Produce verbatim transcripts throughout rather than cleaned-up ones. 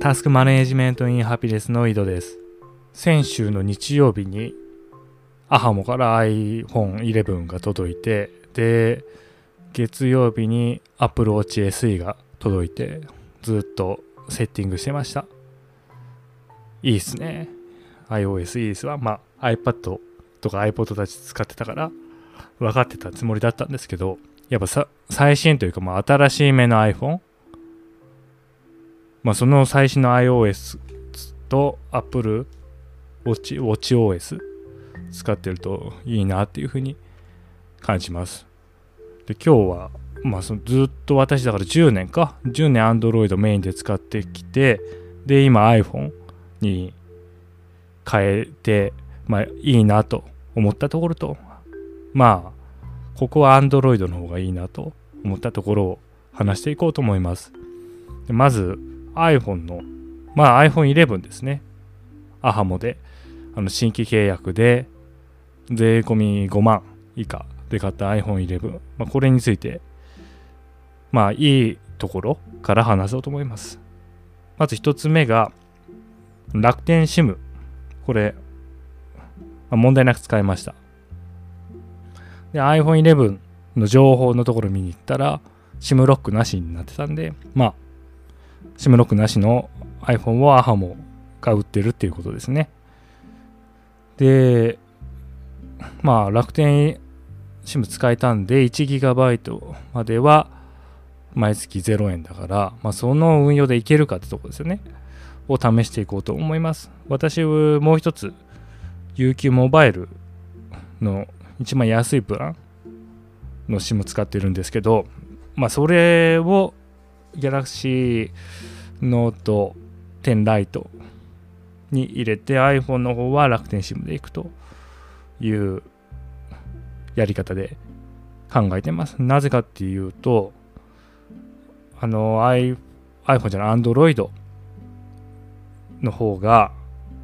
タスクマネージメントインハピネスの井戸です。先週の日曜日にアハモから アイフォンイレブン が届いて、で月曜日に Apple Watch エスイー が届いて、ずっとセッティングしてました。いいっすね。 iOS いいっすわ。まあ iPad とか iPod たち使ってたから分かってたつもりだったんですけど、やっぱさ最新というか、まあ新しい目の iPhone、まあその最新の iOS と Apple Watch WatchOS 使ってるといいなっていうふうに感じます。で今日はまあそのずっと私だからじゅうねんかじゅうねん Android メインで使ってきて、で今 iPhone に変えて、まあいいなと思ったところと、まあここは Android の方がいいなと思ったところを話していこうと思います。でまず iPhone のまあ アイフォンイレブン ですね。アハモであの新規契約で税込みごまん以下で買った アイフォンイレブン、まあ、これについてまあいいところから話そうと思います。まず一つ目が楽天 SIM。 これ、まあ、問題なく使えました。で アイフォンイレブン の情報のところ見に行ったら SIM ロックなしになってたんで、まあ SIM ロックなしの iPhone をアハモが売ってるっていうことですね。でまあ楽天 SIM 使えたんで いちギガバイト までは毎月ゼロえんだから、まあ、その運用でいけるかってとこですよねを試していこうと思います。私もう一つ ユーキュー モバイルの一番安いプランの SIM 使ってるんですけど、まあそれを Galaxy Note テンライトに入れて iPhone の方は楽天 SIM でいくというやり方で考えてます。なぜかっていうと、あの I iPhone じゃない Android の方が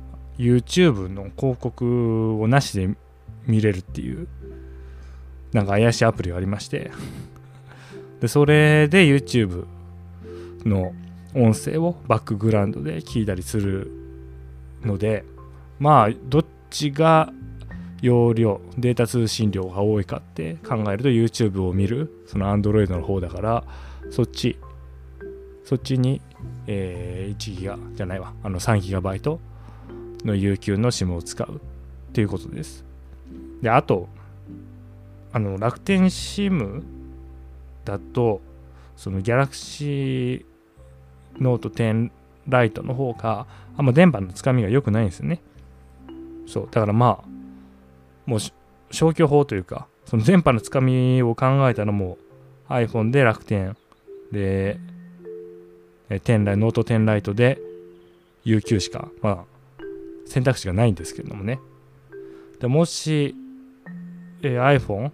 YouTube の広告をなしで見れるっていうなんか怪しいアプリがありましてでそれで YouTube の音声をバックグラウンドで聞いたりするので、まあどっちが容量データ通信量が多いかって考えると YouTube を見るその Android の方だから、そっちそっちに、えー、いちギガじゃないわあのさんギガバイトの ユーキュー の SIM を使うっていうことです。であとあの楽天 SIM だとその Galaxy Note テンライトの方があんま電波のつかみが良くないんですよね。そうだからまあもう消去法というかその電波のつかみを考えたらもう iPhone で楽天でテンライノートテンライトで ユーキュー しかまあ選択肢がないんですけれどもね。でもし、えー、iPhone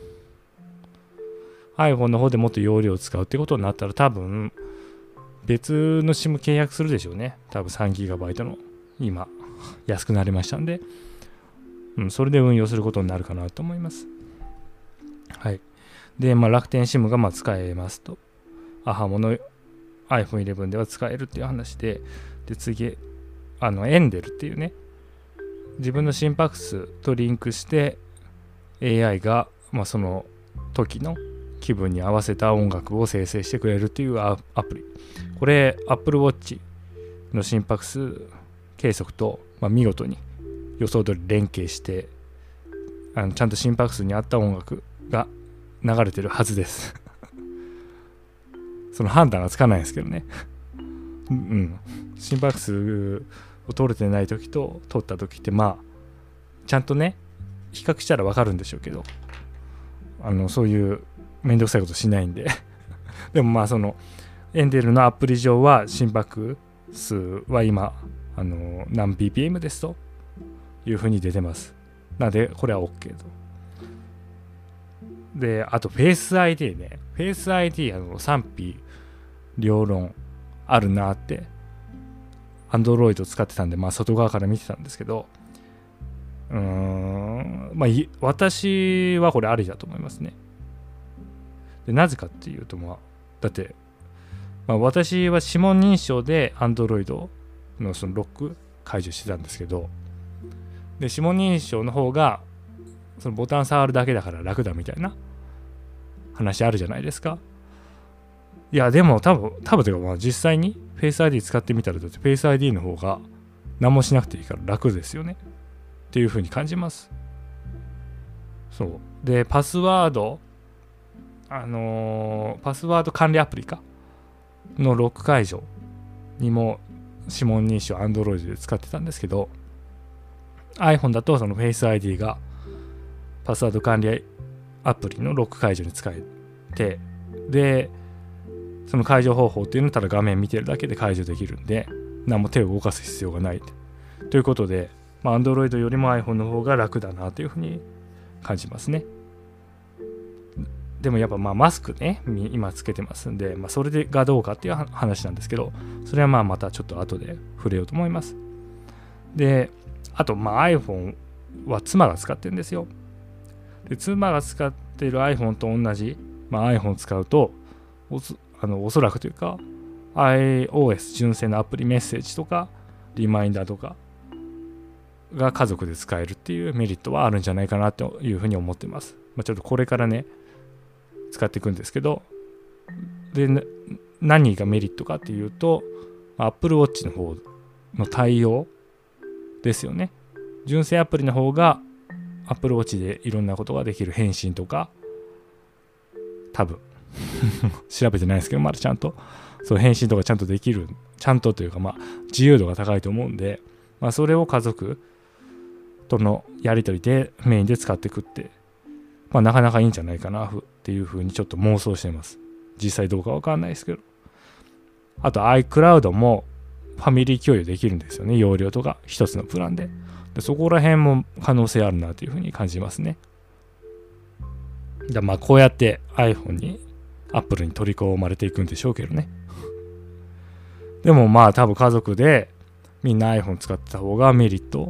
iPhone の方でもっと容量を使うってことになったら多分別の SIM 契約するでしょうね。多分 さんギガバイト の今安くなりましたんで、うん、それで運用することになるかなと思います。はい。で、まあ、楽天 SIM がまあ使えますと。アハモの アイフォンイレブン では使えるっていう話で、で次あのエンデルっていうね、自分の心拍数とリンクして エーアイ が、まあ、その時の気分に合わせた音楽を生成してくれるっていうアプリ。これ Apple Watch の心拍数計測と、まあ、見事に予想通り連携してあのちゃんと心拍数に合った音楽が流れてるはずですその判断がつかないんですけどねうん、心拍数を取れてない時と取った時ってまあちゃんとね比較したら分かるんでしょうけど、あのそういうめんどくさいことしないんででもまあそのエンデルのアプリ上は心拍数は今あの何 ピーピーエム ですという風に出てます。なのでこれは OK と。であと Face アイディー ね。Face アイディー あの賛否両論あるなって Android 使ってたんで、まあ外側から見てたんですけど、うーんまあ私はこれありだと思いますね。でなぜかっていうと、まあだってまあ、私は指紋認証で Android のそのロック解除してたんですけど、で指紋認証の方がそのボタン触るだけだから楽だみたいな話あるじゃないですか。いやでも多分多分というかまあ実際に Face アイディー 使ってみたら、だって Face アイディー の方が何もしなくていいから楽ですよねっていう風に感じます。そうでパスワードあのー、パスワード管理アプリかのロック解除にも指紋認証 Android で使ってたんですけど、 iPhone だとその Face アイディー がパスワード管理アプリのロック解除に使えて、でその解除方法っていうのをただ画面見てるだけで解除できるんで、何も手を動かす必要がないということで、まあ、Android よりも iPhone の方が楽だなというふうに感じますね。でもやっぱまあマスクね今つけてますんで、まあ、それでがどうかっていう話なんですけど、それはまあまたちょっと後で触れようと思います。であとまあ iPhone は妻が使ってるんですよ。で妻が使っている iPhone と同じ、まあ、iPhone を使うとおそあのおそらくというか iOS 純正のアプリメッセージとかリマインダーとかが家族で使えるっていうメリットはあるんじゃないかなというふうに思ってます。まあ、ちょっとこれからね使っていくんですけど、で何がメリットかっていうと Apple Watch の方の対応ですよね。純正アプリの方が Apple Watch でいろんなことができる、返信とか多分調べてないですけどまだちゃんとそう返信とかちゃんとできる、ちゃんとというかまあ自由度が高いと思うんで、まあ、それを家族とのやり取りでメインで使っていくって、まあ、なかなかいいんじゃないかなっていうふうにちょっと妄想してます。実際どうかわかんないですけど。あと iCloud もファミリー共有できるんですよね、容量とか一つのプランで。でそこら辺も可能性あるなというふうに感じますね。だまあこうやって iPhone に Apple に取り込まれていくんでしょうけどね。でもまあ多分家族でみんな iPhone 使ってた方がメリット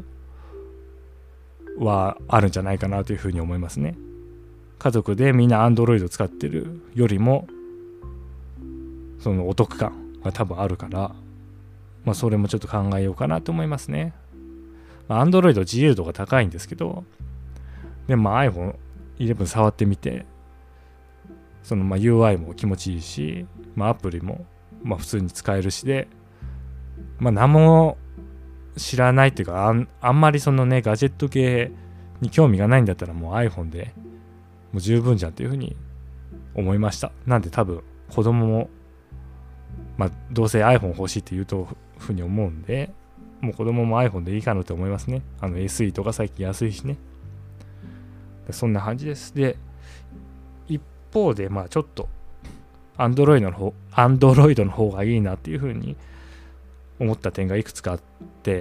はあるんじゃないかなというふうに思いますね。家族でみんな Android 使ってるよりもそのお得感が多分あるから、まあそれもちょっと考えようかなと思いますね。まあ、Android 自由度が高いんですけど、でもまあ iPhone じゅういち触ってみて、そのまあ ユーアイ も気持ちいいし、まあアプリもまあ普通に使えるしで、まあ何も知らないっていうか、あん、あんまりそのねガジェット系に興味がないんだったらもう iPhone でもう十分じゃんっていうふうに思いました。なんで多分子供もまあどうせ iPhone 欲しいって言うとふうに思うんで、もう子供も iPhone でいいかなと思いますね。あの エスイー とか最近安いしね。そんな感じです。で一方でまあちょっと Android の方 Android の方がいいなっていうふうに思った点がいくつかあって、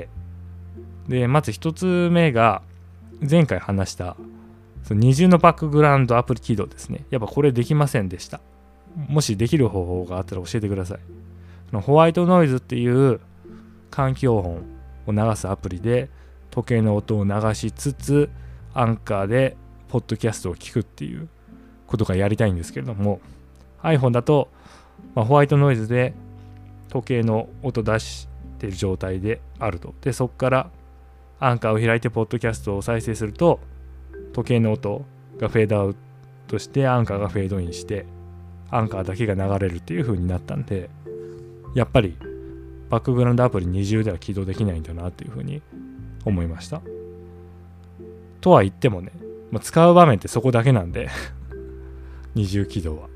でまず一つ目が前回話したその二重のバックグラウンドアプリ起動ですね。やっぱこれできませんでした。もしできる方法があったら教えてください。そのホワイトノイズっていう環境音を流すアプリで時計の音を流しつつアンカーでポッドキャストを聞くっていうことがやりたいんですけれども、 iPhone だと、まあ、ホワイトノイズで時計の音出している状態であると。でそこからアンカーを開いてポッドキャストを再生すると時計の音がフェードアウトしてアンカーがフェードインしてアンカーだけが流れるっていう風になったんで、やっぱりバックグラウンドアプリ二重では起動できないんだなという風に思いました。とは言ってもね、まあ、使う場面ってそこだけなんで二重起動は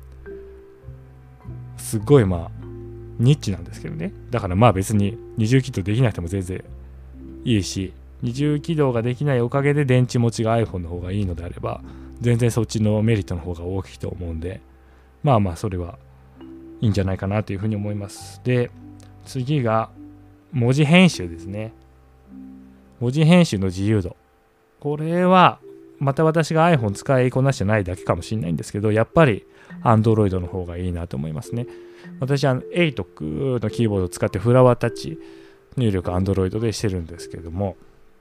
すっごいまあニッチなんですけどね。だからまあ別に二重起動できなくても全然いいし、二重起動ができないおかげで電池持ちが iPhone の方がいいのであれば全然そっちのメリットの方が大きいと思うんで、まあまあそれはいいんじゃないかなというふうに思います。で次が文字編集ですね。文字編集の自由度、これはまた私が iPhone 使いこなしてないだけかもしれないんですけど、やっぱり Android の方がいいなと思いますね。私は エイト のキーボードを使ってフラワータッチ入力 Android でしてるんですけども、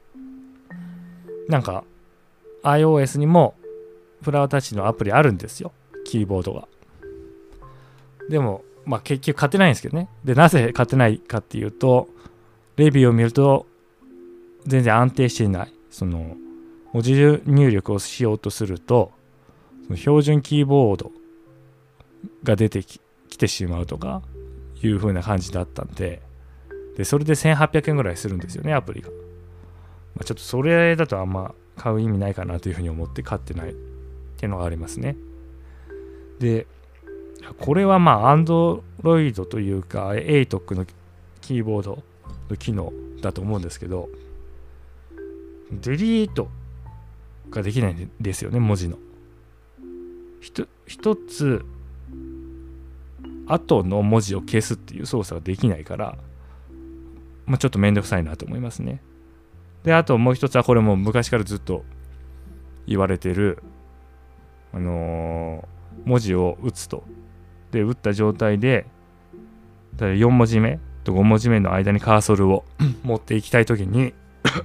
なんか iOS にもフラワータッチのアプリあるんですよ、キーボードが。でもまあ結局勝てないんですけどね。で、なぜ勝てないかっていうと、レビューを見ると全然安定していない。その文字入力をしようとすると、その標準キーボードが出てきてしまうとかいう風な感じだったんで、でそれでせんはっぴゃくえんぐらいするんですよね、アプリが。まあ、ちょっとそれだとあんま買う意味ないかなというふうに思って買ってないっていうのがありますね。で、これはまあ Android というか エイトック のキーボードの機能だと思うんですけど、デリートができないんですよね、文字の。ひとつ後の文字を消すっていう操作ができないから、まあ、ちょっとめんどくさいなと思いますね。で、あともう一つはこれも昔からずっと言われてる、あのー、文字を打つと。で、打った状態で、よん文字目とご文字目の間にカーソルを持っていきたいときに、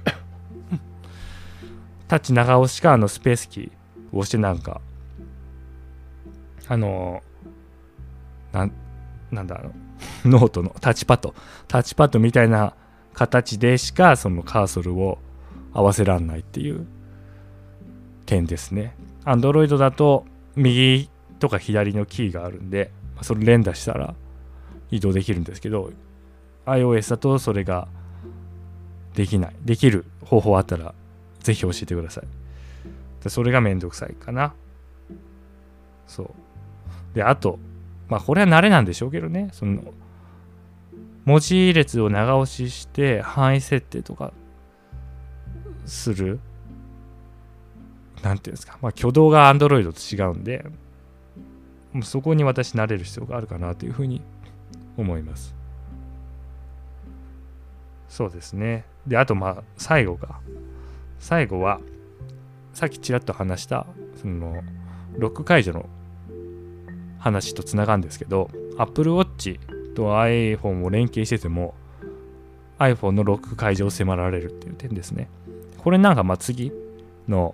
タッチ長押しかあのスペースキーを押してなんか、あのー、なん、なんだあの、ノートのタッチパッド、タッチパッドみたいな形でしかそのカーソルを合わせらんないっていう点ですね。Android だと右とか左のキーがあるんで、それ連打したら移動できるんですけど、iOS だとそれができない。できる方法あったらぜひ教えてください。でそれがめんどくさいかな。そう。で、あと、まあこれは慣れなんでしょうけどね、その文字列を長押しして範囲設定とかする、なんていうんですか、まあ挙動が Android と違うんで、もうそこに私慣れる必要があるかなというふうに思います。そうですね。で、あとまあ最後が、最後はさっきちらっと話したそのロック解除の話とつながるんですけど、Apple Watch と iPhone を連携してても iPhone のロック解除を迫られるっていう点ですね。これなんかまあ次の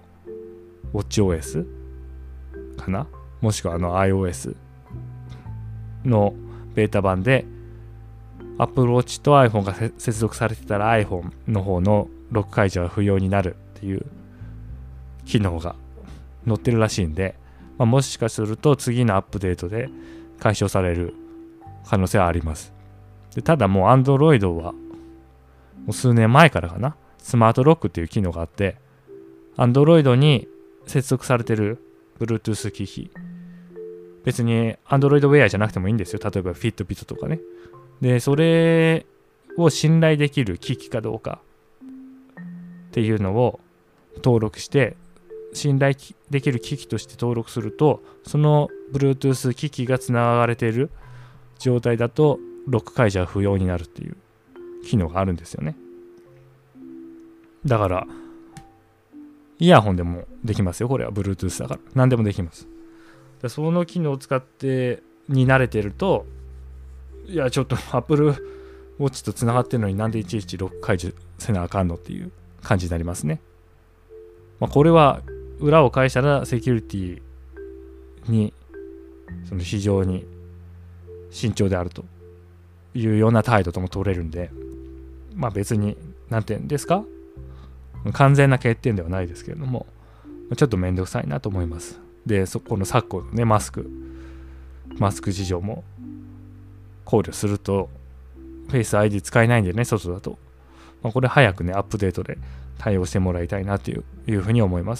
WatchOS かな、もしくはあの iOS のベータ版で Apple Watch と iPhone が接続されてたら iPhone の方のロック解除は不要になるっていう機能が載ってるらしいんで、まあ、もしかすると次のアップデートで解消される可能性はあります。でただもう Android はもう数年前からかな、スマートロックっていう機能があって、Android に接続されてる Bluetooth 機器、別に Android Wear じゃなくてもいいんですよ。例えば Fitbit とかね。で、それを信頼できる機器かどうかっていうのを登録して、信頼できる機器として登録すると、その Bluetooth 機器がつながれている状態だとロック解除は不要になるっていう機能があるんですよね。だからイヤホンでもできますよ。これは Bluetooth だから何でもできます。でその機能を使ってに慣れてると、いやちょっと Apple Watch とつながってるのになんでいちいちロック解除せなあかんのっていう感じになりますね。まあ、これは裏を返したらセキュリティにその非常に慎重であるというような態度とも取れるんで、まあ別に何て言うんですか、完全な欠点ではないですけれども、ちょっとめんどくさいなと思います。で、そこの昨今のねマスクマスク事情も考慮するとフェイス アイディー 使えないんでね、外だと、まあ、これ早くねアップデートで対応してもらいたいなという、いうふうに思います。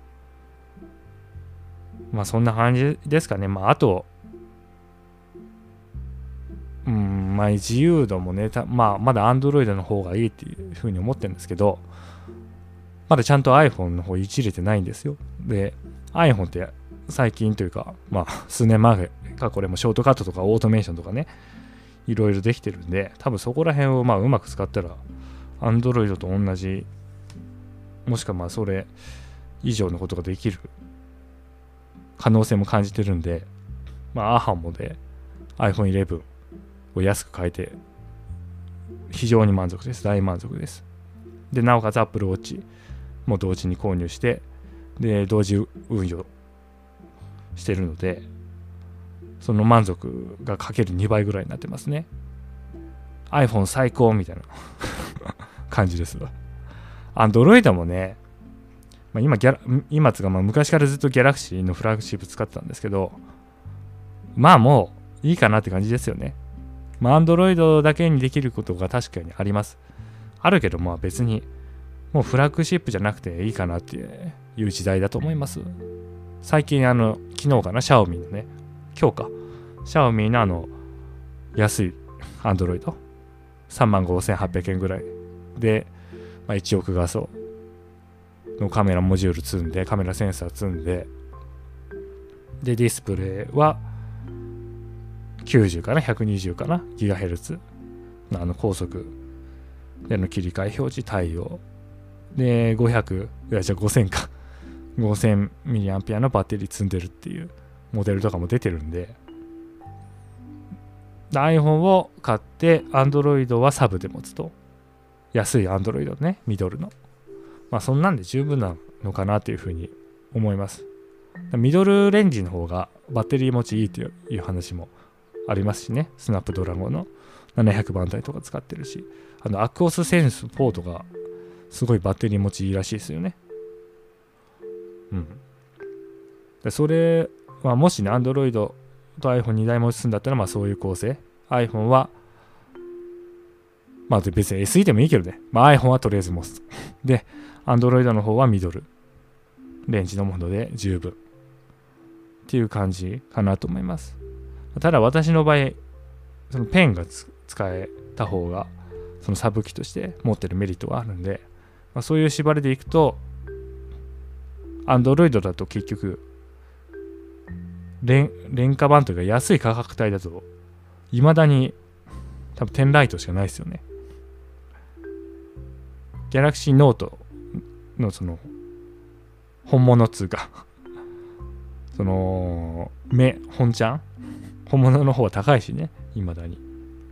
まあそんな感じですかね。まああとうんまあ自由度もね、まあまだ Android の方がいいっていうふうに思ってるんですけど、まだちゃんと iPhone の方いじれてないんですよ。で iPhone って最近というかまあ数年前かこれもショートカットとかオートメーションとかねいろいろできてるんで、多分そこら辺をまあうまく使ったら Android と同じ、もしくはまあそれ以上のことができる可能性も感じてるんで、まあアハモで アイフォンイレブン を安く買えて非常に満足です。大満足です。でなおかつ Apple Watch も同時に購入してで同時運用してるので、 その満足がかけるにばいぐらいになってますね。 iPhone 最高みたいな感じですわ。 Android もね、まあ、今ギャラ今つかまあ昔からずっと Galaxy のフラッグシップ使ってたんですけど、まあもういいかなって感じですよね。まあ Android だけにできることが確かにあります。あるけどまあ別にもうフラッグシップじゃなくていいかなっていう時代だと思います。最近あの昨日かな、シャオミのね、今日か、シャオミのあの安い Android さんまんごせんはっぴゃくえんぐらいで、まあ、いちおく画素のカメラモジュール積んで、カメラセンサー積んで、でディスプレイはきゅうじゅうかなひゃくにじゅうかなギガヘルツのあの高速での切り替え表示対応で、ごひゃくいやじゃあごせんかごせんミリアンペアのバッテリー積んでるっていうモデルとかも出てるんで、で iPhone を買って Android はサブで持つと、安い Android ね、ミドルの、まあそんなんで十分なのかなというふうに思います。ミドルレンジの方がバッテリー持ちいいという話もありますしね。スナップドラゴンのななひゃくばん台とか使ってるし、あのアクオスセンスフォーとかすごいバッテリー持ちいいらしいですよね。うん。でそれはもしね Android と iPhone にだい持ちするんだったら、まあそういう構成。iPhone はまあ別に エスイー でもいいけどね。まあ iPhone はとりあえず持つ。で Android の方はミドルレンジのもので十分っていう感じかなと思います。ただ私の場合、そのペンが使えた方がそのサブ機として持ってるメリットがあるんで、まあ、そういう縛りでいくと Android だと結局廉廉価版というか安い価格帯だといまだに多分じゅうライトしかないですよね。 Galaxy Note のその本物っつうかその目本ちゃん本物の方は高いしね、いまだに。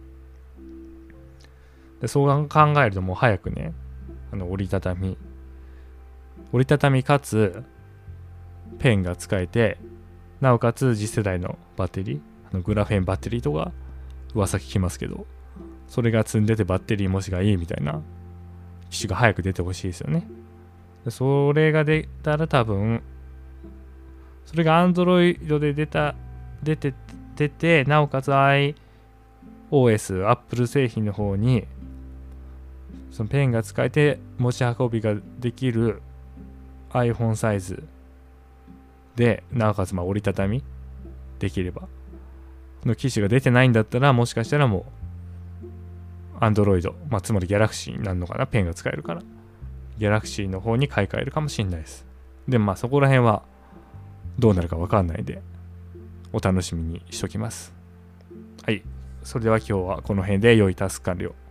でそう考えるともう早くね、あの折りたたみ折りたたみかつペンが使えて、なおかつ次世代のバッテリー、あのグラフェンバッテリーとか噂聞きますけど、それが積んでてバッテリー持ちがいいみたいな機種が早く出てほしいですよね。でそれが出たら多分それが Android で出た出て出て、なおかつ iOS、Apple 製品の方にそのペンが使えて持ち運びができる iPhone サイズで、なおかつまあ折りたたみできればの機種が出てないんだったら、もしかしたらもう Android、まあ、つまり Galaxy になるのかな、ペンが使えるから Galaxy の方に買い替えるかもしれないです。でもまあそこら辺はどうなるか分かんないんでお楽しみにしときます。はい、それでは今日はこの辺で良いタスク完了。